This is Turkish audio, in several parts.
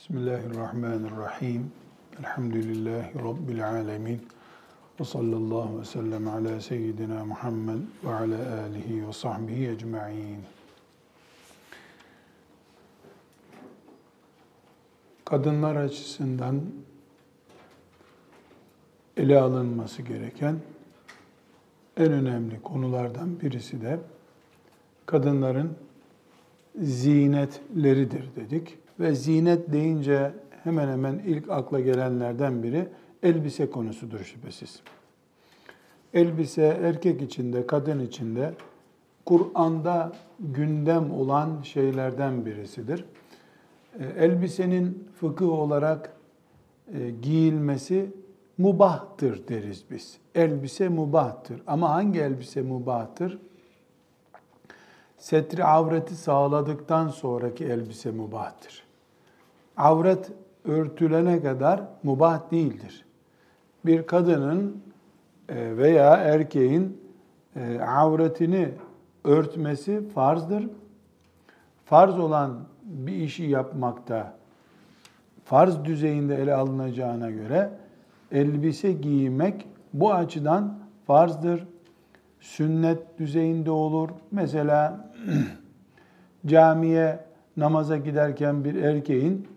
Bismillahirrahmanirrahim. Elhamdülillahi Rabbil alemin. Ve sallallahu ve sellem ala seyyidina Muhammed ve ala alihi ve sahbihi ecma'in. Kadınlar açısından ele alınması gereken en önemli konulardan birisi de kadınların zinetleridir dedik. Ve zinet deyince hemen hemen ilk akla gelenlerden biri elbise konusudur şüphesiz. Elbise erkek için de kadın için de Kur'an'da gündem olan şeylerden birisidir. Elbisenin fıkıh olarak giyilmesi mubahtır deriz biz. Elbise mubahtır. Ama hangi elbise mubahtır? Setri avreti sağladıktan sonraki elbise mubahtır. Avret örtülene kadar mubah değildir. Bir kadının veya erkeğin avretini örtmesi farzdır. Farz olan bir işi yapmakta farz düzeyinde ele alınacağına göre elbise giymek bu açıdan farzdır. Sünnet düzeyinde olur. Mesela camiye namaza giderken bir erkeğin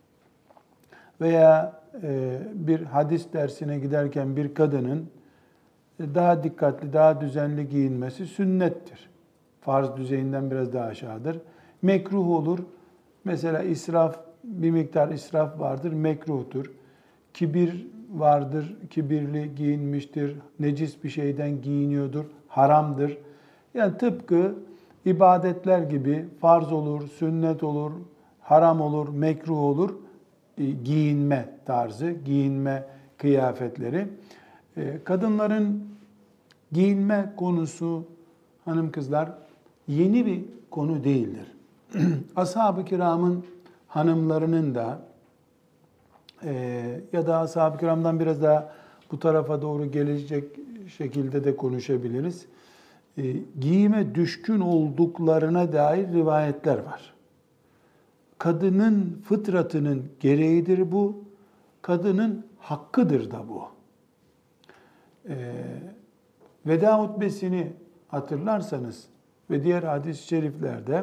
veya bir hadis dersine giderken bir kadının daha dikkatli, daha düzenli giyinmesi sünnettir. Farz düzeyinden biraz daha aşağıdır. Mekruh olur. Mesela israf, bir miktar israf vardır, mekruhtur. Kibir vardır, kibirli giyinmiştir, necis bir şeyden giyiniyordur, haramdır. Yani tıpkı ibadetler gibi farz olur, sünnet olur, haram olur, mekruh olur, giyinme tarzı, giyinme kıyafetleri. Kadınların giyinme konusu hanım kızlar yeni bir konu değildir. Ashab-ı kiramın hanımlarının da ya da ashab-ı kiramdan biraz daha bu tarafa doğru gelecek şekilde de konuşabiliriz. Giyime düşkün olduklarına dair rivayetler var. Kadının fıtratının gereğidir bu. Kadının hakkıdır da bu. Veda hutbesini hatırlarsanız ve diğer hadis-i şeriflerde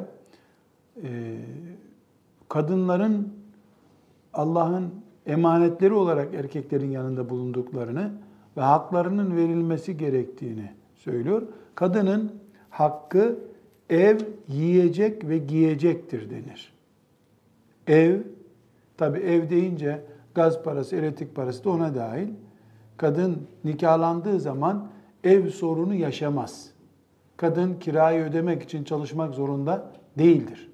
kadınların Allah'ın emanetleri olarak erkeklerin yanında bulunduklarını ve haklarının verilmesi gerektiğini söylüyor. Kadının hakkı ev, yiyecek ve giyecektir denir. Ev, tabi ev deyince gaz parası, elektrik parası da ona dahil. Kadın nikahlandığı zaman ev sorunu yaşamaz. Kadın kirayı ödemek için çalışmak zorunda değildir.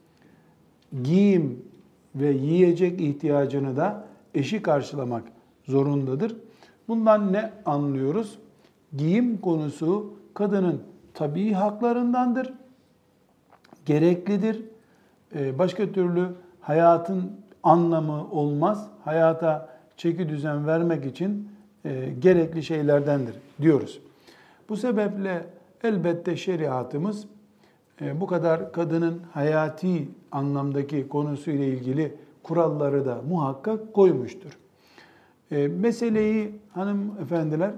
Giyim ve yiyecek ihtiyacını da eşi karşılamak zorundadır. Bundan ne anlıyoruz? Giyim konusu kadının tabii haklarındandır, gereklidir. Başka türlü hayatın anlamı olmaz. Hayata çeki düzen vermek için gerekli şeylerdendir diyoruz. Bu sebeple elbette şeriatımız bu kadar kadının hayati anlamdaki konusuyla ilgili kuralları da muhakkak koymuştur. Meseleyi hanımefendiler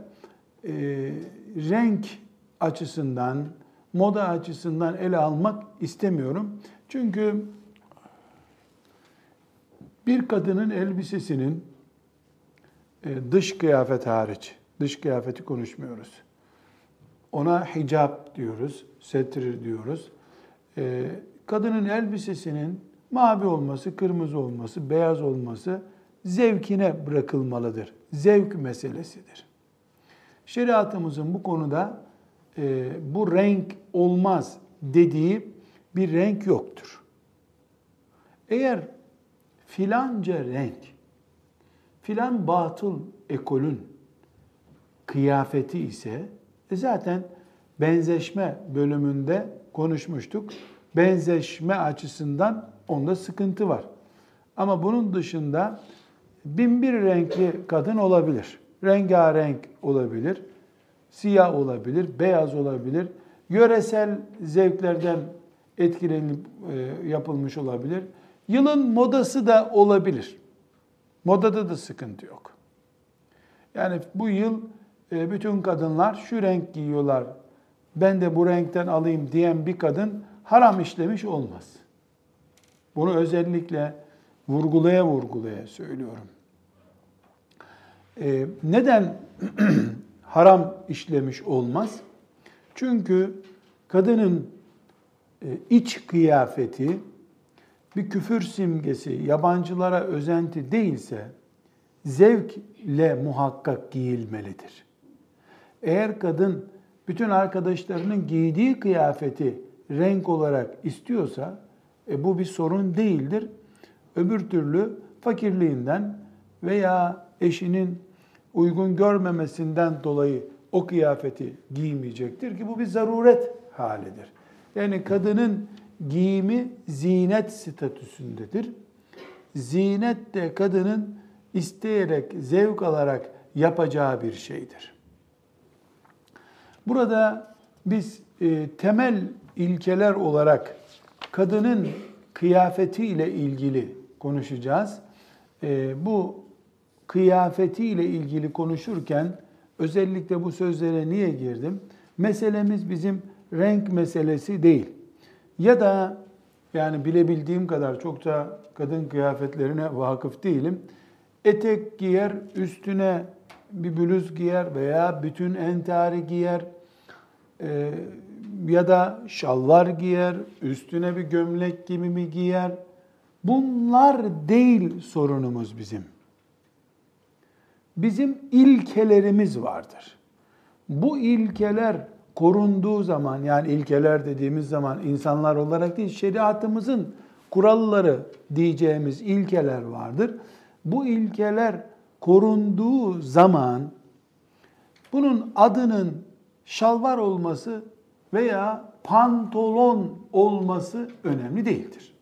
renk açısından, moda açısından ele almak istemiyorum. Çünkü bir kadının elbisesinin dış kıyafet hariç, dış kıyafeti konuşmuyoruz. Ona hicap diyoruz, setir diyoruz. Kadının elbisesinin mavi olması, kırmızı olması, beyaz olması zevkine bırakılmalıdır. Zevk meselesidir. Şeriatımızın bu konuda bu renk olmaz dediği bir renk yoktur. Eğer filanca renk, filan batıl ekolün kıyafeti ise zaten benzeşme bölümünde konuşmuştuk. Benzeşme açısından onda sıkıntı var. Ama bunun dışında bin bir renkli kadın olabilir. Rengarenk olabilir, siyah olabilir, beyaz olabilir. Yöresel zevklerden etkilenip yapılmış olabilir. Yılın modası da olabilir. Modada da sıkıntı yok. Yani bu yıl bütün kadınlar şu renk giyiyorlar, ben de bu renkten alayım diyen bir kadın haram işlemiş olmaz. Bunu özellikle vurgulaya söylüyorum. Neden haram işlemiş olmaz? Çünkü kadının iç kıyafeti bir küfür simgesi, yabancılara özenti değilse zevkle muhakkak giyilmelidir. Eğer kadın bütün arkadaşlarının giydiği kıyafeti renk olarak istiyorsa bu bir sorun değildir. Öbür türlü fakirliğinden veya eşinin uygun görmemesinden dolayı o kıyafeti giymeyecektir ki bu bir zaruret halidir. Yani kadının giyimi zinet statüsündedir. Zinet de kadının isteyerek, zevk alarak yapacağı bir şeydir. Burada biz temel ilkeler olarak kadının kıyafetiyle ilgili konuşacağız. Bu kıyafetiyle ilgili konuşurken özellikle bu sözlere niye girdim? Meselemiz bizim renk meselesi değil. Ya da yani bilebildiğim kadar çok da kadın kıyafetlerine vakıf değilim. Etek giyer, üstüne bir bluz giyer veya bütün entari giyer ya da şalvar giyer, üstüne bir gömlek gibi mi giyer? Bunlar değil sorunumuz bizim. Bizim ilkelerimiz vardır. Bu ilkeler korunduğu zaman, yani ilkeler dediğimiz zaman insanlar olarak değil, şeriatımızın kuralları diyeceğimiz ilkeler vardır. Bu ilkeler korunduğu zaman bunun adının şalvar olması veya pantolon olması önemli değildir.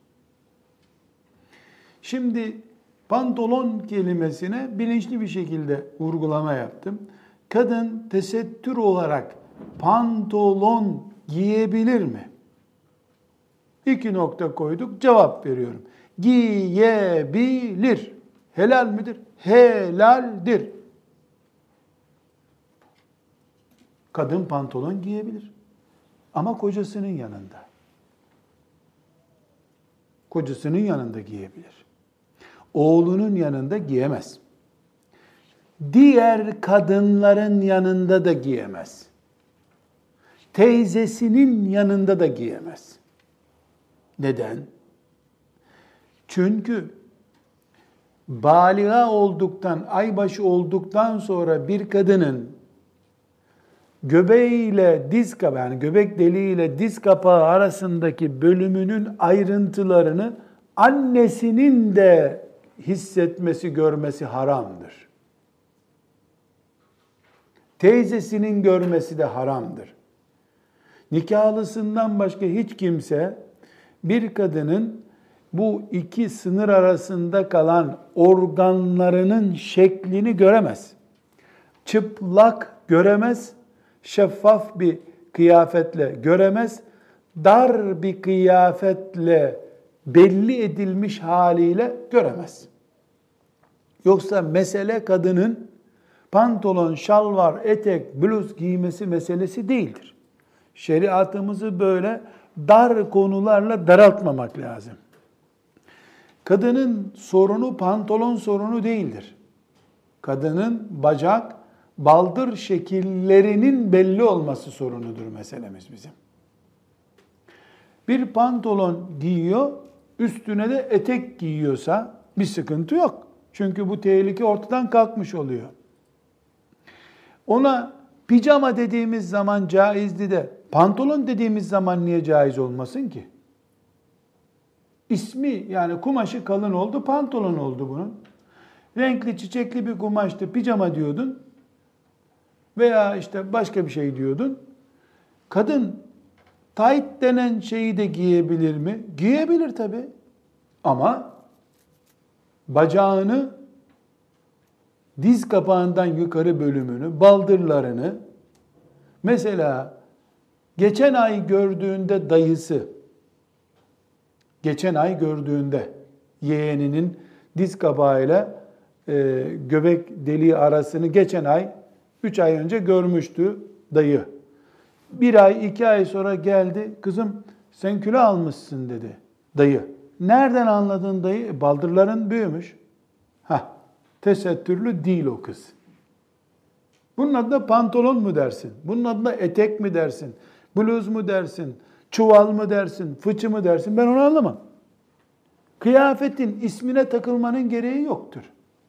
Şimdi pantolon kelimesine bilinçli bir şekilde vurgulama yaptım. Kadın tesettür olarak pantolon giyebilir mi? 2 nokta koyduk, cevap veriyorum. Giyebilir. Helal midir? Helaldir. Kadın pantolon giyebilir. Ama kocasının yanında. Kocasının yanında giyebilir. Oğlunun yanında giyemez. Diğer kadınların yanında da giyemez. Teyzesinin yanında da giyemez. Neden? Çünkü baliga olduktan, aybaşı olduktan sonra bir kadının göbeğiyle diz kapağı, yani göbek deliğiyle diz kapağı arasındaki bölümünün ayrıntılarını annesinin de hissetmesi, görmesi haramdır. Teyzesinin görmesi de haramdır. Nikahlısından başka hiç kimse bir kadının bu iki sınır arasında kalan organlarının şeklini göremez. Çıplak göremez, şeffaf bir kıyafetle göremez, dar bir kıyafetle belli edilmiş haliyle göremez. Yoksa mesele kadının pantolon, şalvar, etek, bluz giymesi meselesi değildir. Şeriatımızı böyle dar konularla daraltmamak lazım. Kadının sorunu pantolon sorunu değildir. Kadının bacak, baldır şekillerinin belli olması sorunudur meselemiz bizim. Bir pantolon giyiyor, üstüne de etek giyiyorsa bir sıkıntı yok. Çünkü bu tehlike ortadan kalkmış oluyor. Ona pijama dediğimiz zaman caizdi de pantolon dediğimiz zaman niye caiz olmasın ki? İsmi, yani kumaşı kalın oldu, pantolon oldu bunun. Renkli çiçekli bir kumaştı, pijama diyordun. Veya işte başka bir şey diyordun. Kadın tayt denen şeyi de giyebilir mi? Giyebilir tabii. Ama bacağını, diz kapağından yukarı bölümünü, baldırlarını, mesela geçen ay gördüğünde dayısı, geçen ay gördüğünde yeğeninin diz kapağıyla göbek deliği arasını geçen ay, 3 ay önce görmüştü dayı. 1 ay, 2 ay sonra geldi. Kızım sen kilo almışsın dedi dayı. Nereden anladın dayı? Baldırların büyümüş. Tesettürlü değil o kız. Bunun adına pantolon mu dersin? Bunun adına etek mi dersin? Bluz mu dersin? Çuval mı dersin? Fıçı mı dersin? Ben onu anlamam. Kıyafetin ismine takılmanın gereği yoktur.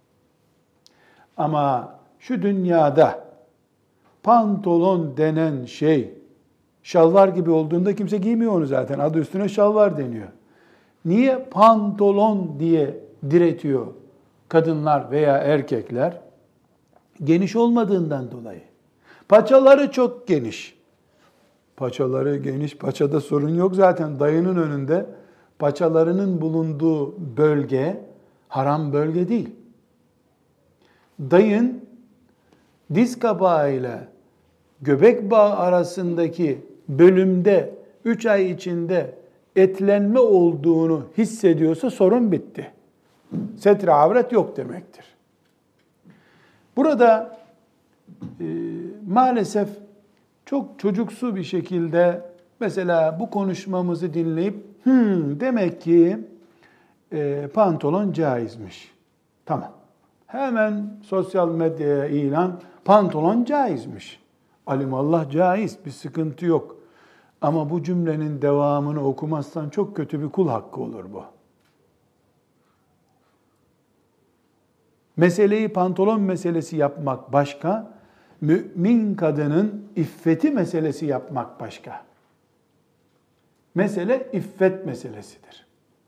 Ama şu dünyada pantolon denen şey, şalvar gibi olduğunda kimse giymiyor onu zaten. Adı üstüne şalvar deniyor. Niye pantolon diye diretiyor kadınlar veya erkekler? Geniş olmadığından dolayı. Paçaları çok geniş. Paçaları geniş, paçada sorun yok zaten. Dayının önünde paçalarının bulunduğu bölge haram bölge değil. Dayın diz kapağıyla göbek bağı arasındaki bölümde 3 ay içinde etlenme olduğunu hissediyorsa sorun bitti. Setre avret yok demektir. Burada maalesef çok çocuksu bir şekilde mesela bu konuşmamızı dinleyip demek ki pantolon caizmiş. Tamam. Hemen sosyal medyaya ilan, pantolon caizmiş. Alimallah caiz, bir sıkıntı yok. Ama bu cümlenin devamını okumazsan çok kötü bir kul hakkı olur bu. Meseleyi pantolon meselesi yapmak başka, mümin kadının iffeti meselesi yapmak başka. Mesele iffet meselesidir.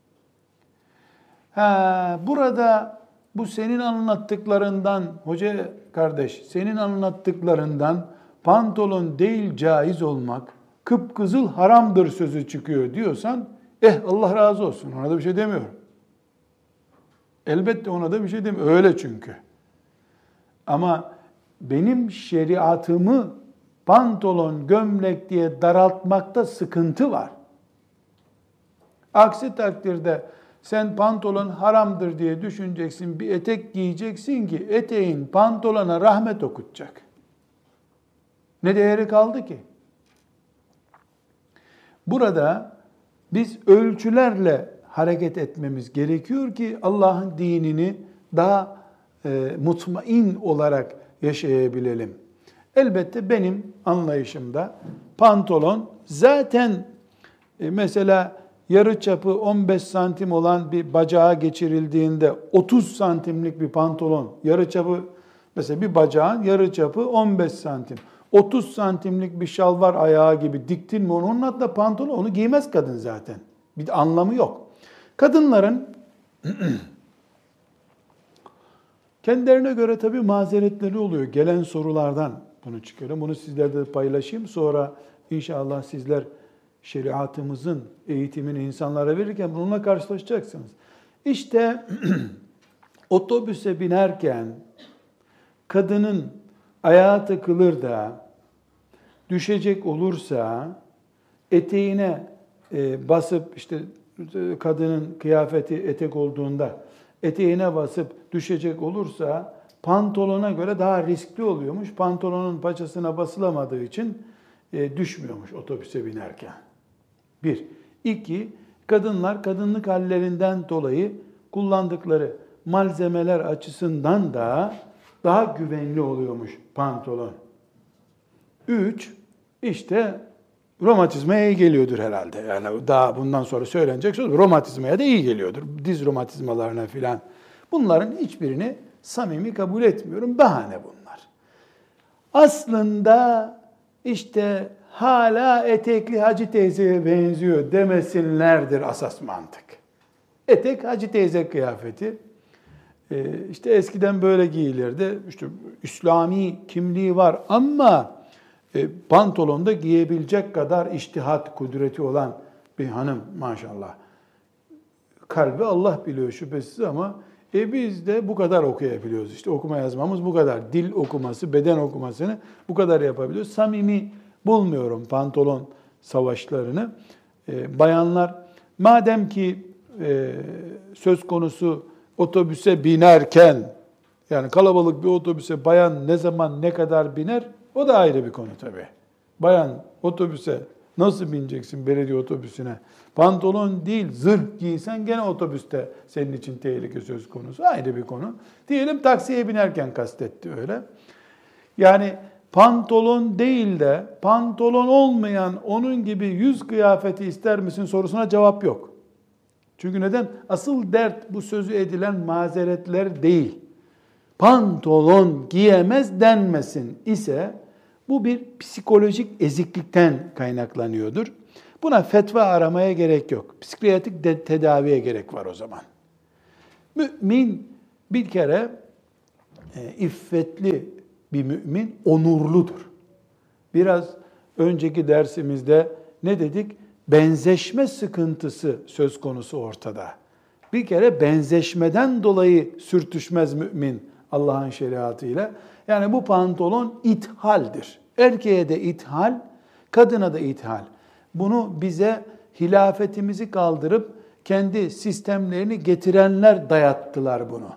Burada bu senin anlattıklarından, hoca kardeş, senin anlattıklarından pantolon değil caiz olmak, kıpkızıl haramdır sözü çıkıyor diyorsan, Allah razı olsun, ona da bir şey demiyorum. Elbette ona da bir şey demiyorum, öyle çünkü. Ama benim şeriatımı pantolon, gömlek diye daraltmakta sıkıntı var. Aksi takdirde sen pantolon haramdır diye düşüneceksin, bir etek giyeceksin ki eteğin pantolona rahmet okutacak. Ne değeri kaldı ki? Burada biz ölçülerle hareket etmemiz gerekiyor ki Allah'ın dinini daha mutmain olarak yaşayabilelim. Elbette benim anlayışımda pantolon zaten mesela yarıçapı 15 santim olan bir bacağa geçirildiğinde 30 santimlik bir pantolon, yarıçapı mesela bir bacağın yarıçapı 15 santim. 30 santimlik bir şalvar ayağı gibi diktin mi onun adına pantolon, onu giymez kadın zaten. Bir anlamı yok. Kadınların kendilerine göre tabii mazeretleri oluyor. Gelen sorulardan bunu çıkarıyorum. Bunu sizlerle de paylaşayım. Sonra inşallah sizler şeriatımızın eğitimini insanlara verirken bununla karşılaşacaksınız. İşte otobüse binerken kadının ayağı takılır da düşecek olursa eteğine basıp işte kadının kıyafeti etek olduğunda eteğine basıp düşecek olursa pantolona göre daha riskli oluyormuş. Pantolonun paçasına basılamadığı için düşmüyormuş otobüse binerken. 1. 2. Kadınlar kadınlık hallerinden dolayı kullandıkları malzemeler açısından da daha güvenli oluyormuş pantolon. 3. İşte romatizmaya iyi geliyordur herhalde. Yani daha bundan sonra söylenecek söz romatizmaya da iyi geliyordur. Diz romatizmalarına filan. Bunların hiçbirini samimi kabul etmiyorum. Bahane bunlar. Aslında işte hala etekli Hacı teyzeye benziyor demesinlerdir asas mantık. Etek Hacı teyze kıyafeti. İşte eskiden böyle giyilirdi. İşte İslami kimliği var ama pantolonda giyebilecek kadar içtihat kudreti olan bir hanım maşallah. Kalbi Allah biliyor şüphesiz ama biz de bu kadar okuyabiliyoruz. İşte okuma yazmamız bu kadar. Dil okuması, beden okumasını bu kadar yapabiliyoruz. Samimi bulmuyorum pantolon savaşlarını. Bayanlar madem ki söz konusu otobüse binerken, yani kalabalık bir otobüse bayan ne zaman ne kadar biner, o da ayrı bir konu tabii. Bayan otobüse nasıl bineceksin, belediye otobüsüne? Pantolon değil, zırh giysen gene otobüste senin için tehlike söz konusu. Ayrı bir konu. Diyelim taksiye binerken kastetti öyle. Yani pantolon değil de pantolon olmayan onun gibi yüz kıyafeti ister misin sorusuna cevap yok. Çünkü neden? Asıl dert bu sözü edilen mazeretler değil. Pantolon giyemez denmesin ise bu bir psikolojik eziklikten kaynaklanıyordur. Buna fetva aramaya gerek yok. Psikiyatrik tedaviye gerek var o zaman. Mümin bir kere iffetli bir mümin onurludur. Biraz önceki dersimizde ne dedik? Benzeşme sıkıntısı söz konusu ortada. Bir kere benzeşmeden dolayı sürtüşmez mümin Allah'ın şeriatıyla. Yani bu pantolon ithaldir. Erkeğe de ithal, kadına da ithal. Bunu bize hilafetimizi kaldırıp kendi sistemlerini getirenler dayattılar bunu.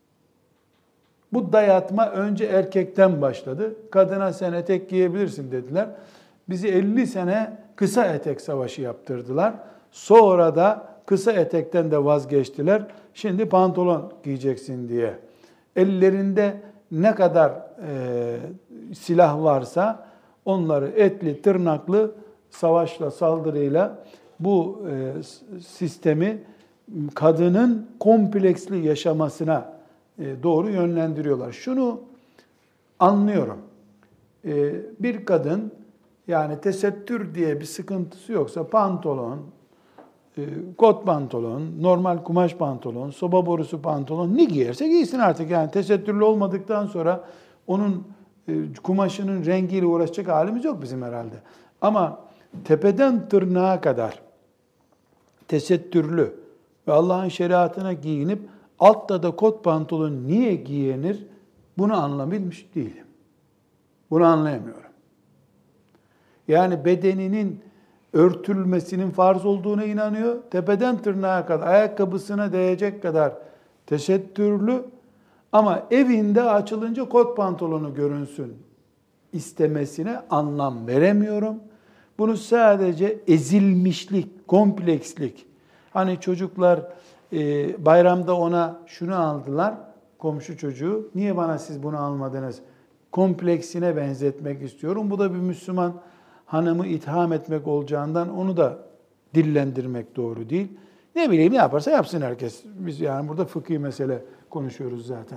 Bu dayatma önce erkekten başladı. Kadına sen etek giyebilirsin dediler. Bizi 50 sene kısa etek savaşı yaptırdılar. Sonra da kısa etekten de vazgeçtiler. Şimdi pantolon giyeceksin diye. Ellerinde ne kadar silah varsa onları etli, tırnaklı savaşla, saldırıyla bu sistemi kadının kompleksli yaşamasına doğru yönlendiriyorlar. Şunu anlıyorum. Bir kadın yani tesettür diye bir sıkıntısı yoksa pantolon, kot pantolon, normal kumaş pantolon, soba borusu pantolon ne giyerse giysin artık. Yani tesettürlü olmadıktan sonra onun kumaşının rengiyle uğraşacak halimiz yok bizim herhalde. Ama tepeden tırnağa kadar tesettürlü ve Allah'ın şeriatına giyinip altta da kot pantolon niye giyinir? Bunu anlamış değilim. Bunu anlayamıyorum. Yani bedeninin örtülmesinin farz olduğuna inanıyor. Tepeden tırnağa kadar, ayakkabısına değecek kadar tesettürlü ama evinde açılınca kot pantolonu görünsün istemesine anlam veremiyorum. Bunu sadece ezilmişlik, komplekslik. Hani çocuklar bayramda ona şunu aldılar, komşu çocuğu. Niye bana siz bunu almadınız? Kompleksine benzetmek istiyorum. Bu da bir Müslüman hanımı itham etmek olacağından onu da dillendirmek doğru değil. Ne bileyim ne yaparsa yapsın herkes. Biz yani burada fıkhi mesele konuşuyoruz zaten.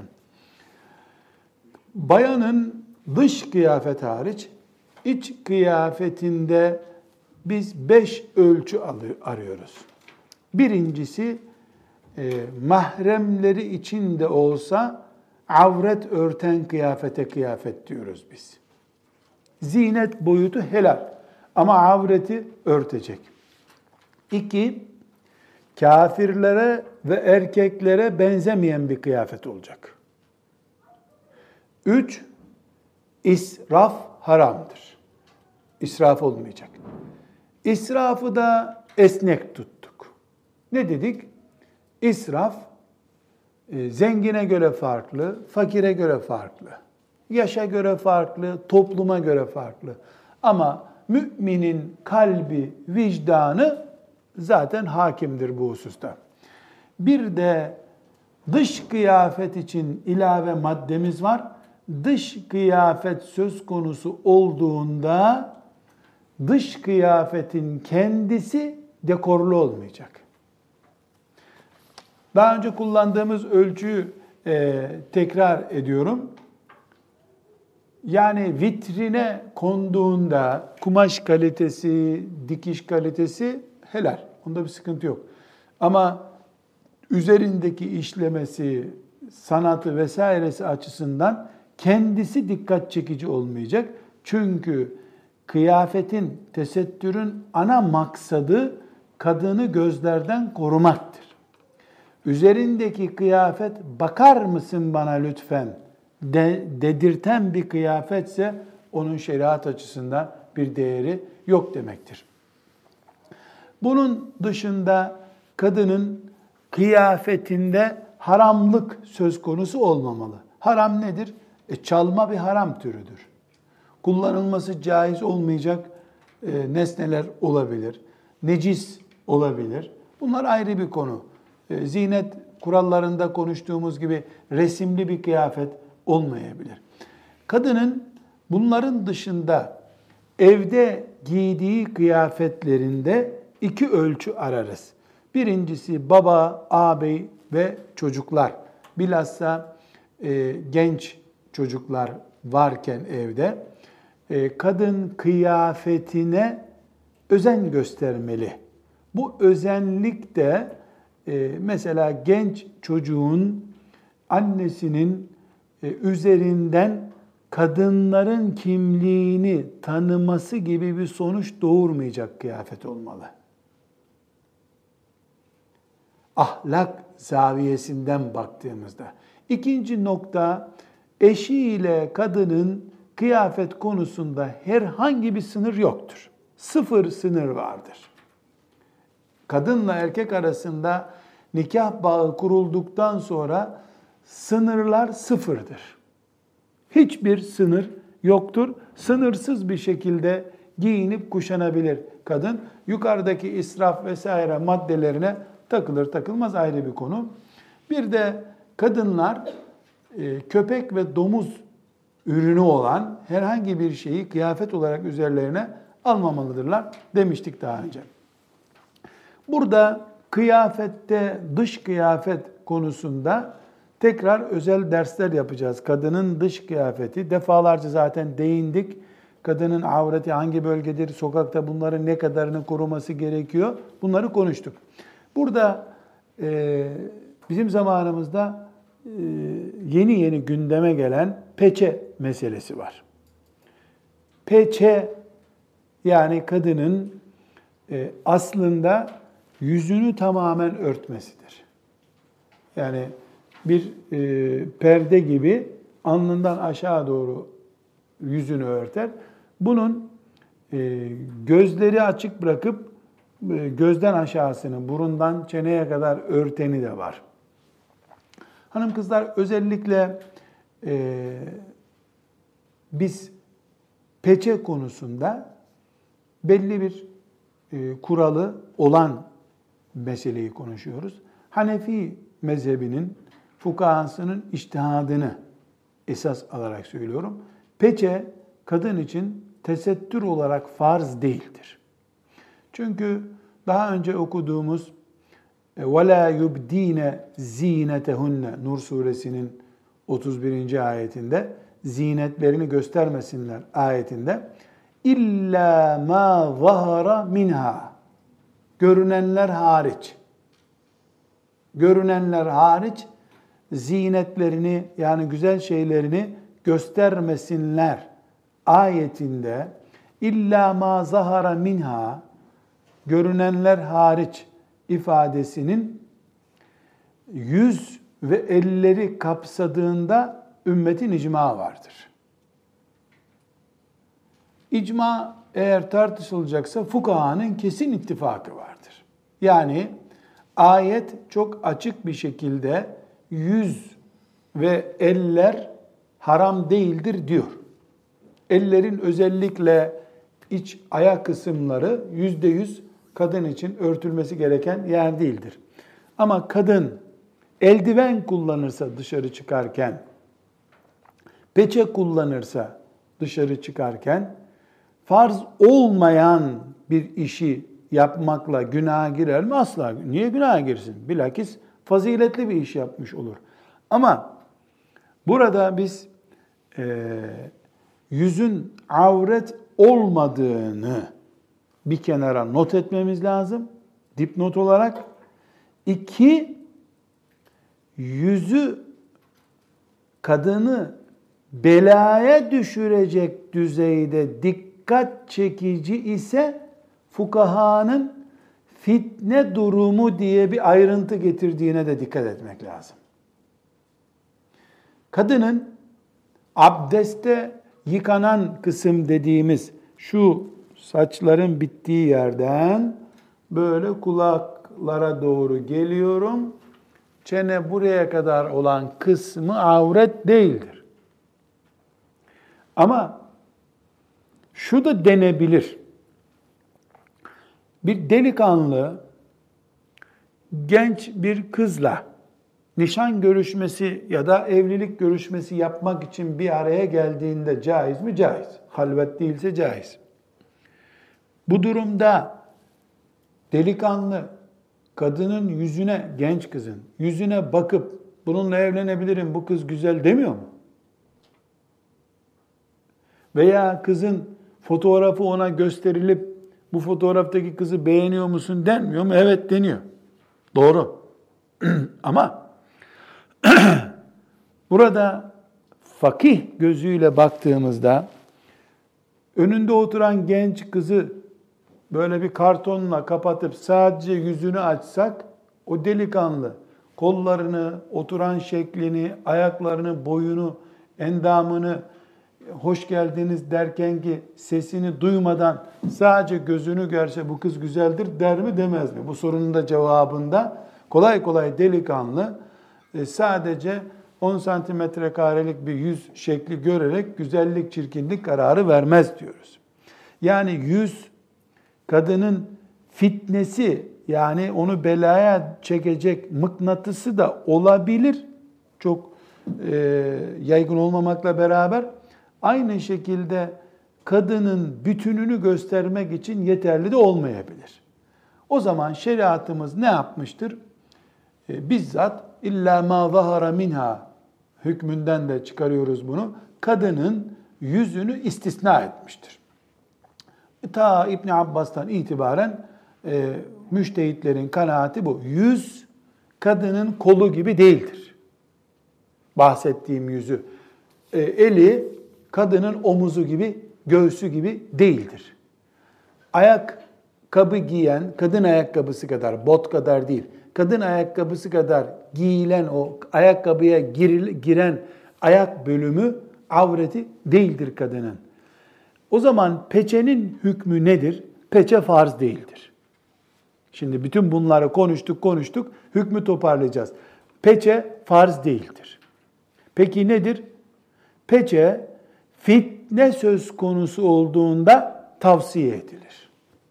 Bayanın dış kıyafet hariç iç kıyafetinde biz 5 ölçü arıyoruz. Birincisi mahremleri içinde olsa avret örten kıyafete kıyafet diyoruz biz. Zinet boyutu helal ama avreti örtecek. 2, kafirlere ve erkeklere benzemeyen bir kıyafet olacak. 3, israf haramdır. İsraf olmayacak. İsrafı da esnek tuttuk. Ne dedik? İsraf zengine göre farklı, fakire göre farklı. Yaşa göre farklı, topluma göre farklı. Ama müminin kalbi, vicdanı zaten hakimdir bu hususta. Bir de dış kıyafet için ilave maddemiz var. Dış kıyafet söz konusu olduğunda dış kıyafetin kendisi dekorlu olmayacak. Daha önce kullandığımız ölçüyü tekrar ediyorum. Yani vitrine konduğunda kumaş kalitesi, dikiş kalitesi helal. Onda bir sıkıntı yok. Ama üzerindeki işlemesi, sanatı vesairesi açısından kendisi dikkat çekici olmayacak. Çünkü kıyafetin, tesettürün ana maksadı kadını gözlerden korumaktır. Üzerindeki kıyafet bakar mısın bana lütfen dedirten bir kıyafetse onun şeriat açısından bir değeri yok demektir. Bunun dışında kadının kıyafetinde haramlık söz konusu olmamalı. Haram nedir? Çalma bir haram türüdür. Kullanılması caiz olmayacak nesneler olabilir. Necis olabilir. Bunlar ayrı bir konu. Zinet kurallarında konuştuğumuz gibi resimli bir kıyafet olmayabilir. Kadının bunların dışında evde giydiği kıyafetlerinde iki ölçü ararız. Birincisi baba, ağabey ve çocuklar. Bilhassa genç çocuklar varken evde kadın kıyafetine özen göstermeli. Bu özenlik de mesela genç çocuğun annesinin üzerinden kadınların kimliğini tanıması gibi bir sonuç doğurmayacak kıyafet olmalı. Ahlak zaviyesinden baktığımızda. İkinci nokta, eşiyle kadının kıyafet konusunda herhangi bir sınır yoktur. Sıfır sınır vardır. Kadınla erkek arasında nikah bağı kurulduktan sonra sınırlar sıfırdır. Hiçbir sınır yoktur. Sınırsız bir şekilde giyinip kuşanabilir kadın. Yukarıdaki israf vesaire maddelerine takılır takılmaz ayrı bir konu. Bir de kadınlar köpek ve domuz ürünü olan herhangi bir şeyi kıyafet olarak üzerlerine almamalıdırlar demiştik daha önce. Burada kıyafette, dış kıyafet konusunda tekrar özel dersler yapacağız. Kadının dış kıyafeti, defalarca zaten değindik. Kadının avreti hangi bölgedir, sokakta bunların ne kadarını koruması gerekiyor, bunları konuştuk. Burada bizim zamanımızda yeni yeni gündeme gelen peçe meselesi var. Peçe yani kadının aslında yüzünü tamamen örtmesidir. Yani bir perde gibi alnından aşağı doğru yüzünü örter. Bunun gözleri açık bırakıp gözden aşağısını, burundan çeneye kadar örteni de var. Hanım kızlar özellikle biz peçe konusunda belli bir kuralı olan meseleyi konuşuyoruz. Hanefi mezhebinin fukahasının içtihadını esas alarak söylüyorum. Peçe kadın için tesettür olarak farz değildir. Çünkü daha önce okuduğumuz وَلَا يُبْد۪ينَ زِينَتَهُنَّ Nur suresinin 31. ayetinde zinetlerini göstermesinler ayetinde İlla ma zahara minha görünenler hariç zinetlerini yani güzel şeylerini göstermesinler ayetinde illa ma zahara minha görünenler hariç ifadesinin yüz ve elleri kapsadığında ümmetin icma vardır. İcma eğer tartışılacaksa fukahanın kesin ittifakı vardır. Yani ayet çok açık bir şekilde yüz ve eller haram değildir diyor. Ellerin özellikle iç ayak kısımları %100 kadın için örtülmesi gereken yer değildir. Ama kadın eldiven kullanırsa dışarı çıkarken, peçe kullanırsa dışarı çıkarken, farz olmayan bir işi yapmakla günaha girer mi? Asla. Niye günaha girsin? Bilakis faziletli bir iş yapmış olur. Ama burada biz yüzün avret olmadığını bir kenara not etmemiz lazım. Dipnot olarak. 2, yüzü kadını belaya düşürecek düzeyde dikkat çekici ise fukahanın fitne durumu diye bir ayrıntı getirdiğine de dikkat etmek lazım. Kadının abdeste yıkanan kısım dediğimiz şu saçların bittiği yerden böyle kulaklara doğru geliyorum. çene buraya kadar olan kısmı avret değildir. Ama şu da denebilir. Bir delikanlı genç bir kızla nişan görüşmesi ya da evlilik görüşmesi yapmak için bir araya geldiğinde caiz mi? Caiz. Halvet değilse caiz. Bu durumda delikanlı kadının yüzüne, genç kızın yüzüne bakıp bununla evlenebilirim, bu kız güzel demiyor mu? Veya kızın fotoğrafı ona gösterilip bu fotoğraftaki kızı beğeniyor musun denmiyor mu? Evet deniyor. Doğru. Ama burada fakih gözüyle baktığımızda önünde oturan genç kızı böyle bir kartonla kapatıp sadece yüzünü açsak o delikanlı kollarını, oturan şeklini, ayaklarını, boyunu, endamını hoş geldiniz derken ki sesini duymadan sadece gözünü görse bu kız güzeldir der mi demez mi? Bu sorunun da cevabında kolay kolay delikanlı sadece 10 santimetre karelik bir yüz şekli görerek güzellik, çirkinlik kararı vermez diyoruz. Yani yüz kadının fitnesi, yani onu belaya çekecek mıknatısı da olabilir. Çok yaygın olmamakla beraber aynı şekilde kadının bütününü göstermek için yeterli de olmayabilir. O zaman şeriatımız ne yapmıştır? Bizzat illa ma zahara minha hükmünden de çıkarıyoruz bunu. Kadının yüzünü istisna etmiştir. Ta İbn Abbas'tan itibaren müştehitlerin kanaati bu. Yüz kadının kolu gibi değildir. Bahsettiğim yüzü. Eli kadının omuzu gibi, göğsü gibi değildir. Ayakkabı giyen, kadın ayakkabısı kadar, bot kadar değil, kadın ayakkabısı kadar giyilen o ayakkabıya giren ayak bölümü avreti değildir kadının. O zaman peçenin hükmü nedir? Peçe farz değildir. Şimdi bütün bunları konuştuk, hükmü toparlayacağız. Peçe farz değildir. Peki nedir? Peçe fitne söz konusu olduğunda tavsiye edilir.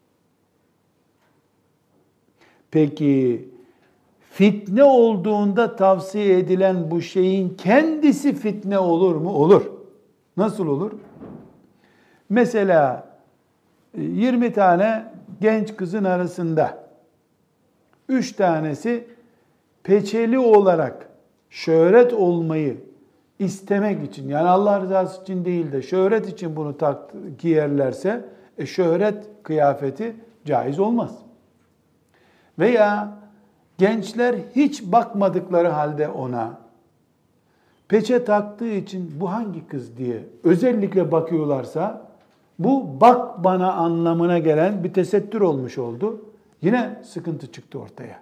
Peki fitne olduğunda tavsiye edilen bu şeyin kendisi fitne olur mu? Olur. Nasıl olur? Mesela 20 tane genç kızın arasında 3 tanesi peçeli olarak şöhret olmayı istemek için, yani Allah rızası için değil de şöhret için bunu giyerlerse şöhret kıyafeti caiz olmaz. Veya gençler hiç bakmadıkları halde ona peçe taktığı için bu hangi kız diye özellikle bakıyorlarsa bu bak bana anlamına gelen bir tesettür olmuş oldu. Yine sıkıntı çıktı ortaya.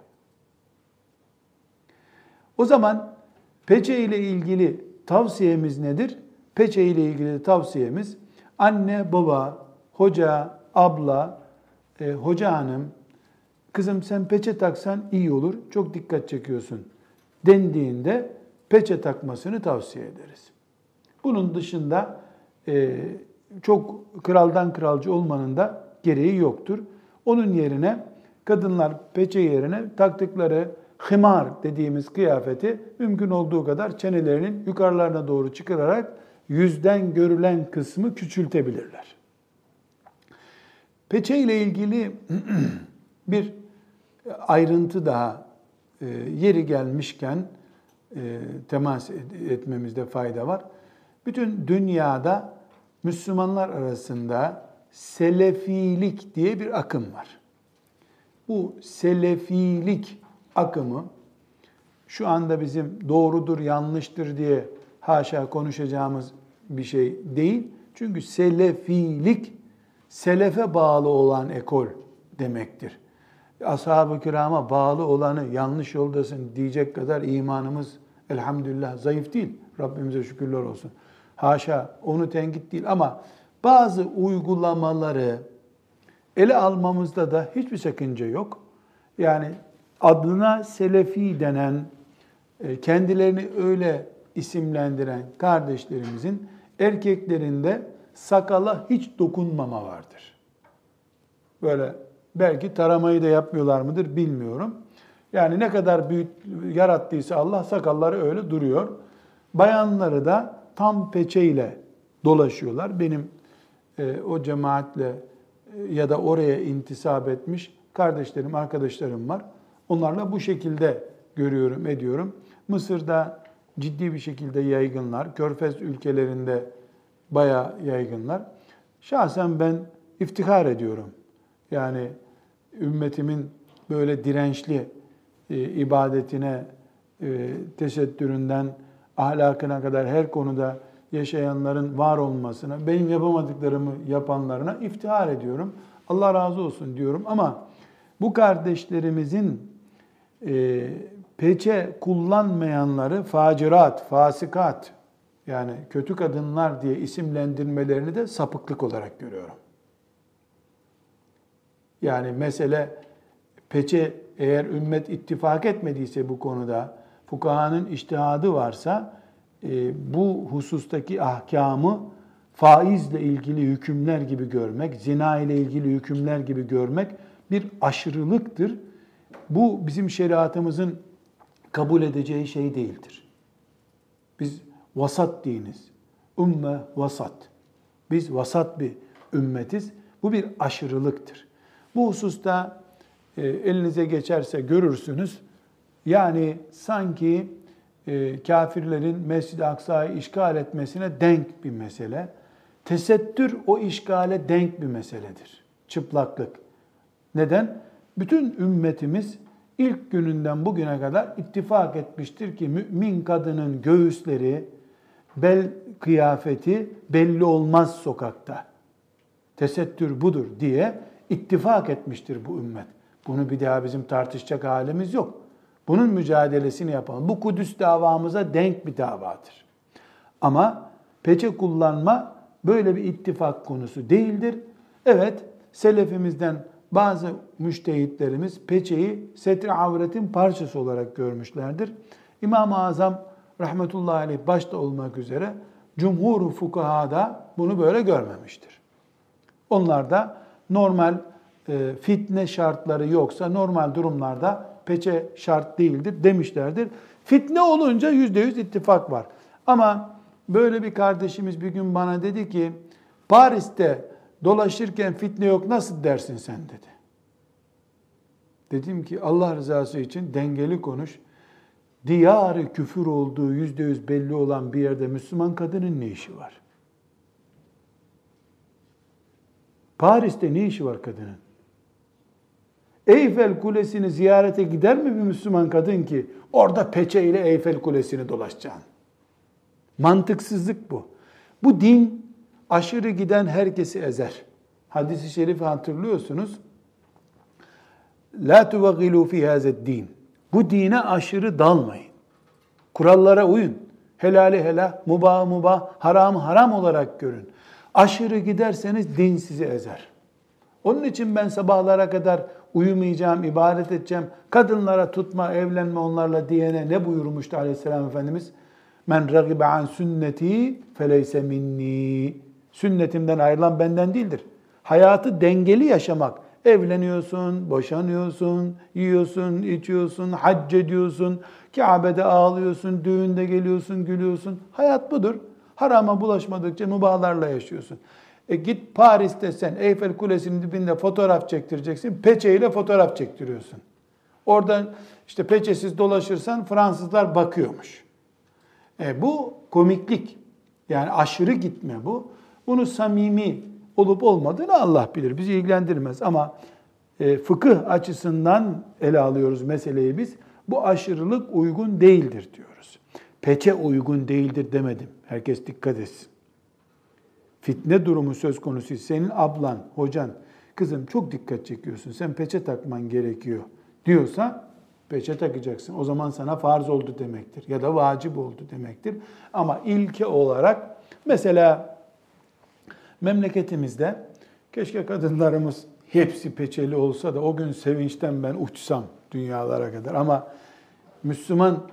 O zaman peçe ile ilgili tavsiyemiz nedir? Peçe ile ilgili tavsiyemiz anne, baba, hoca, abla, hoca hanım, kızım sen peçe taksan iyi olur, çok dikkat çekiyorsun dendiğinde peçe takmasını tavsiye ederiz. Bunun dışında çok kraldan kralcı olmanın da gereği yoktur. Onun yerine kadınlar peçe yerine taktıkları himar dediğimiz kıyafeti mümkün olduğu kadar çenelerinin yukarılarına doğru çıkararak yüzden görülen kısmı küçültebilirler. Peçe ile ilgili bir ayrıntı daha yeri gelmişken temas etmemizde fayda var. Bütün dünyada Müslümanlar arasında selefilik diye bir akım var. Bu selefilik akımı şu anda bizim doğrudur, yanlıştır diye haşa konuşacağımız bir şey değil. Çünkü selefilik, selefe bağlı olan ekol demektir. Ashab-ı kirama bağlı olanı yanlış yoldasın diyecek kadar imanımız elhamdülillah zayıf değil. Rabbimize şükürler olsun. Haşa onu tenkit değil ama bazı uygulamaları ele almamızda da hiçbir sakınca yok. Yani adına selefi denen kendilerini öyle isimlendiren kardeşlerimizin erkeklerinde sakala hiç dokunmama vardır. Böyle belki taramayı da yapmıyorlar mıdır bilmiyorum. Yani ne kadar büyük yarattıysa Allah sakalları öyle duruyor. Bayanları da tam peçeyle dolaşıyorlar. Benim o cemaatle ya da oraya intisap etmiş kardeşlerim, arkadaşlarım var. Onlarla bu şekilde görüyorum, ediyorum. Mısır'da ciddi bir şekilde yaygınlar. Körfez ülkelerinde bayağı yaygınlar. Şahsen ben iftihar ediyorum. Yani ümmetimin böyle dirençli ibadetine, tesettüründen, ahlakına kadar her konuda yaşayanların var olmasına, benim yapamadıklarımı yapanlarına iftihar ediyorum. Allah razı olsun diyorum ama bu kardeşlerimizin peçe kullanmayanları facirat, fasikat, yani kötü kadınlar diye isimlendirmelerini de sapıklık olarak görüyorum. Yani mesele peçe, eğer ümmet ittifak etmediyse bu konuda, fukahanın içtihadı varsa bu husustaki ahkamı faizle ilgili hükümler gibi görmek, zina ile ilgili hükümler gibi görmek bir aşırılıktır. Bu bizim şeriatımızın kabul edeceği şey değildir. Biz vasat diniz. Ümme vasat. Biz vasat bir ümmetiz. Bu bir aşırılıktır. Bu hususta elinize geçerse görürsünüz. Yani sanki kafirlerin Mescid-i Aksa'yı işgal etmesine denk bir mesele. Tesettür o işgale denk bir meseledir. Çıplaklık. Neden? Bütün ümmetimiz ilk gününden bugüne kadar ittifak etmiştir ki mümin kadının göğüsleri, bel kıyafeti belli olmaz sokakta. Tesettür budur diye ittifak etmiştir bu ümmet. Bunu bir daha bizim tartışacak halimiz yok. Bunun mücadelesini yapalım. Bu Kudüs davamıza denk bir davadır. Ama peçe kullanma böyle bir ittifak konusu değildir. Evet, selefimizden bazı müştehitlerimiz peçeyi setre avretin parçası olarak görmüşlerdir. İmam-ı Azam rahmetullahi aleyh başta olmak üzere cumhur-u fukahada bunu böyle görmemiştir. Onlar da normal fitne şartları yoksa normal durumlarda peçe şart değildir demişlerdir. Fitne olunca %100 ittifak var. Ama böyle bir kardeşimiz bir gün bana dedi ki Paris'te dolaşırken fitne yok nasıl dersin sen dedi. Dedim ki Allah rızası için dengeli konuş. Diyarı küfür olduğu %100 belli olan bir yerde Müslüman kadının ne işi var? Paris'te ne işi var kadının? Eyfel Kulesi'ni ziyarete gider mi bir Müslüman kadın ki orada peçeyle Eyfel Kulesi'ni dolaşacaksın? Mantıksızlık bu. Bu din aşırı giden herkesi ezer. Hadis-i şerifi hatırlıyorsunuz. La tuvaghilu fi hazed din. Bu dine aşırı dalmayın. Kurallara uyun. Helali helal, mubahı mubah, haramı haram olarak görün. Aşırı giderseniz din sizi ezer. Onun için ben sabahlara kadar uyumayacağım, ibadet edeceğim. Kadınlara tutma, evlenme onlarla diyene ne buyurmuştu Aleyhisselam Efendimiz? Men ragibe an sünneti feleyse minni. Sünnetimden ayrılan benden değildir. Hayatı dengeli yaşamak. Evleniyorsun, boşanıyorsun, yiyorsun, içiyorsun, hac ediyorsun, Kabe'de ağlıyorsun, düğünde geliyorsun, gülüyorsun. Hayat budur. Harama bulaşmadıkça mübahlarla yaşıyorsun. Git Paris'te sen Eyfel Kulesi'nin dibinde fotoğraf çektireceksin. Peçeyle fotoğraf çektiriyorsun. Oradan işte peçesiz dolaşırsan Fransızlar bakıyormuş. Bu komiklik. Yani aşırı gitme bu. Bunu samimi olup olmadığını Allah bilir. Bizi ilgilendirmez ama fıkıh açısından ele alıyoruz meseleyi biz. Bu aşırılık uygun değildir diyoruz. Peçe uygun değildir demedim. Herkes dikkat etsin. Fitne durumu söz konusu. Senin ablan, hocan, kızım çok dikkat çekiyorsun. Sen peçe takman gerekiyor diyorsa peçe takacaksın. O zaman sana farz oldu demektir. Ya da vacip oldu demektir. Ama ilke olarak mesela memleketimizde keşke kadınlarımız hepsi peçeli olsa da o gün sevinçten ben uçsam dünyalara kadar. Ama Müslüman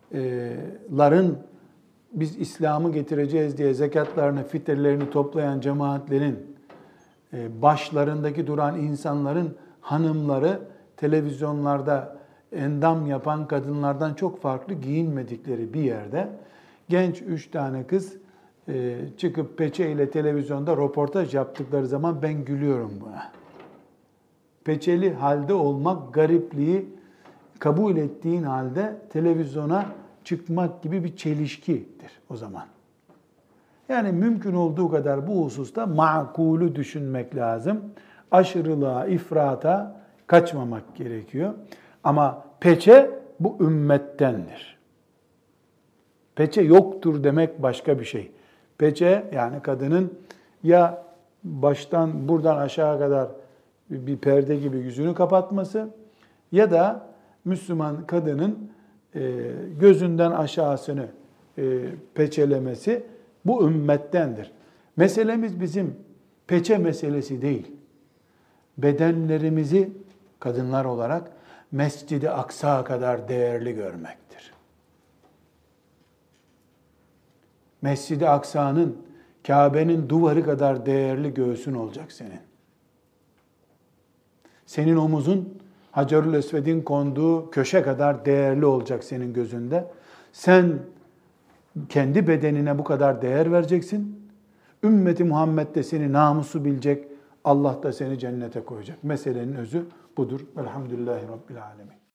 ların biz İslam'ı getireceğiz diye zekatlarını, fitrelerini toplayan cemaatlerin başlarındaki duran insanların hanımları televizyonlarda endam yapan kadınlardan çok farklı giyinmedikleri bir yerde genç 3 tane kız çıkıp peçeyle televizyonda röportaj yaptıkları zaman ben gülüyorum buna. Peçeli halde olmak, garipliği kabul ettiğin halde televizyona çıkmak gibi bir çelişkidir o zaman. Yani mümkün olduğu kadar bu hususta makulü düşünmek lazım. Aşırılığa, ifrata kaçmamak gerekiyor. Ama peçe bu ümmettendir. Peçe yoktur demek başka bir şey. Peçe yani kadının ya baştan buradan aşağı kadar bir perde gibi yüzünü kapatması ya da Müslüman kadının gözünden aşağısını peçelemesi bu ümmettendir. Meselemiz bizim peçe meselesi değil. Bedenlerimizi kadınlar olarak Mescid-i Aksa kadar değerli görmektir. Mescid-i Aksa'nın, Kabe'nin duvarı kadar değerli göğsün olacak senin. Senin omuzun Hacerül Esved'in konduğu köşe kadar değerli olacak senin gözünde. Sen kendi bedenine bu kadar değer vereceksin. Ümmeti Muhammed de seni namusu bilecek. Allah da seni cennete koyacak. Meselenin özü budur. Velhamdülillahi Rabbil Alemin.